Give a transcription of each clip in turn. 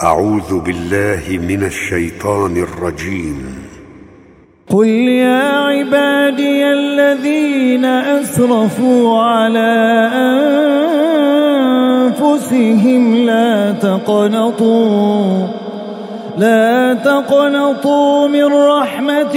أعوذ بالله من الشيطان الرجيم. قل يا عبادي الذين أسرفوا على أنفسهم لا تقنطوا من رحمة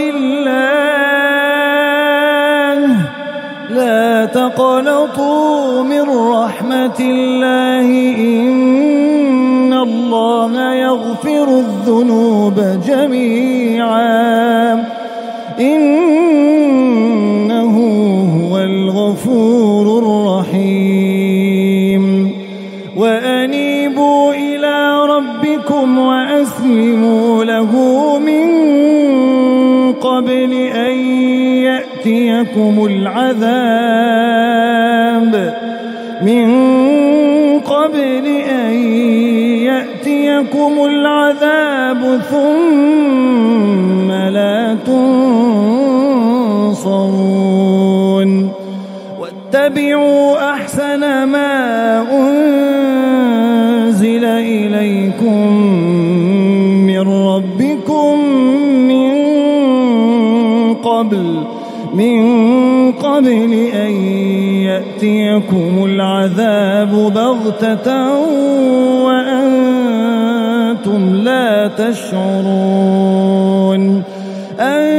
الله، لا تقنطوا من رحمة الله، إن الله يغفر الذنوب جميعا، إنه هو الغفور الرحيم. وأنيبوا إلى ربكم وأسلموا له من قبل أن يأتيكم العذاب ثم لا تنصرون. واتبعوا أحسن ما أنزل إليكم من ربكم من قبل أن يأتيكم العذاب بغتة وأنتم لا تشعرون، أن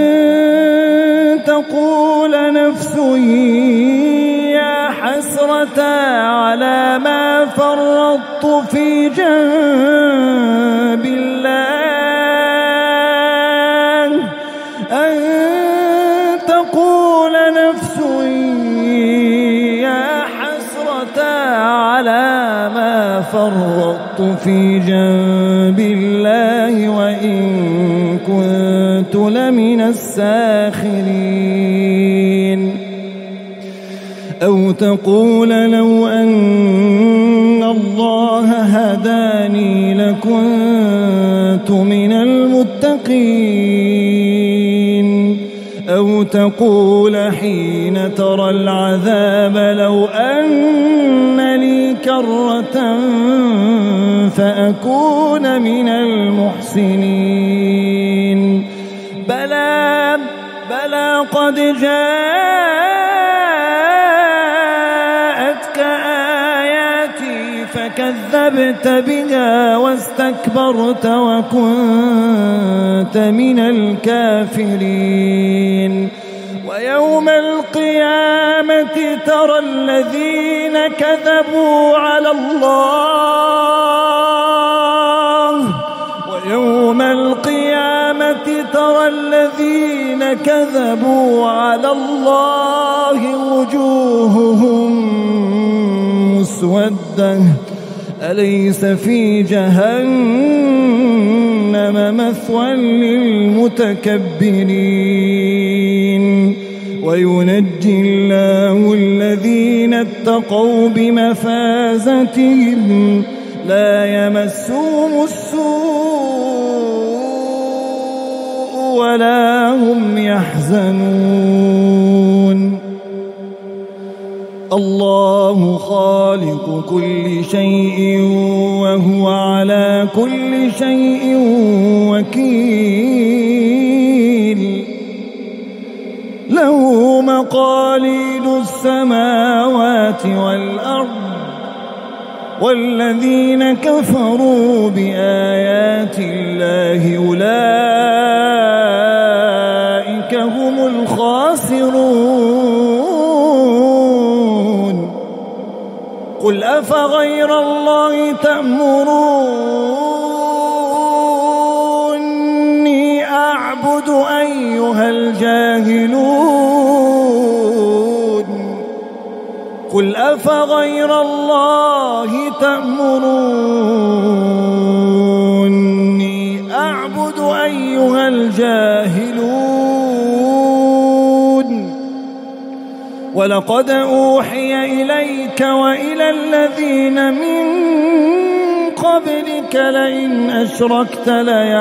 تقول نفس يا حسرة على ما فرطت في جنب الله، أن تقول نفس يا حسرة على ما فرطت في جنب الله وإن كنت لمن الساخرين، أو تقول لو أن الله هداني لكنت من المتقين، أو تقول حين ترى العذاب لو أن لي كرة فأكون من المحسنين. بلى قد جاءتك آياتي فكذبت بها واستكبرت وكنت من الكافرين. ويوم القيامة ترى الذين كذبوا على الله وجوههم مسودة، أليس في جهنم مثوى للمتكبرين. وينجي الله الذين اتقوا بمفازتهم لا يمسهم السوء ولا هم يحزنون. الله خالق كل شيء وهو على كل شيء وكيل، له مقاليد السماوات والأرض، والذين كفروا بآيات الله أولئك هم الخاسرون. قل أفغير الله تأمروني أعبد أيها الجاهلون، قل أفغير الله تأمروني أعبد أيها الجاهلون. ولقد أوحي إليك وإلى الذين من قبلك لئن أشركت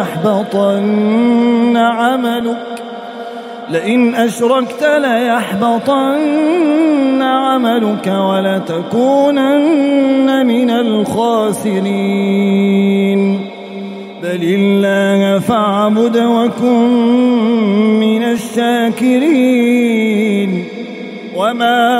ليحبطن عملك ولتكونن من الخاسرين. بل الله فاعبد وكن من الشاكرين وما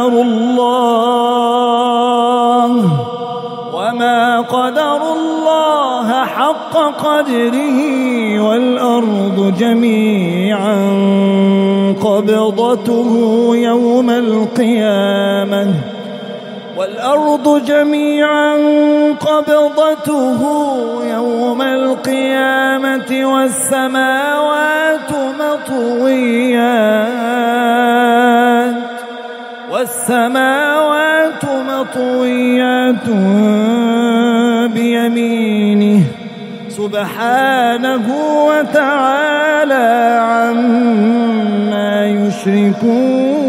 قدر الله حق قدره والأرض جميعا قبضته يوم القيامة والسماوات مطويات بيمينه سبحانه وتعالى عما يشركون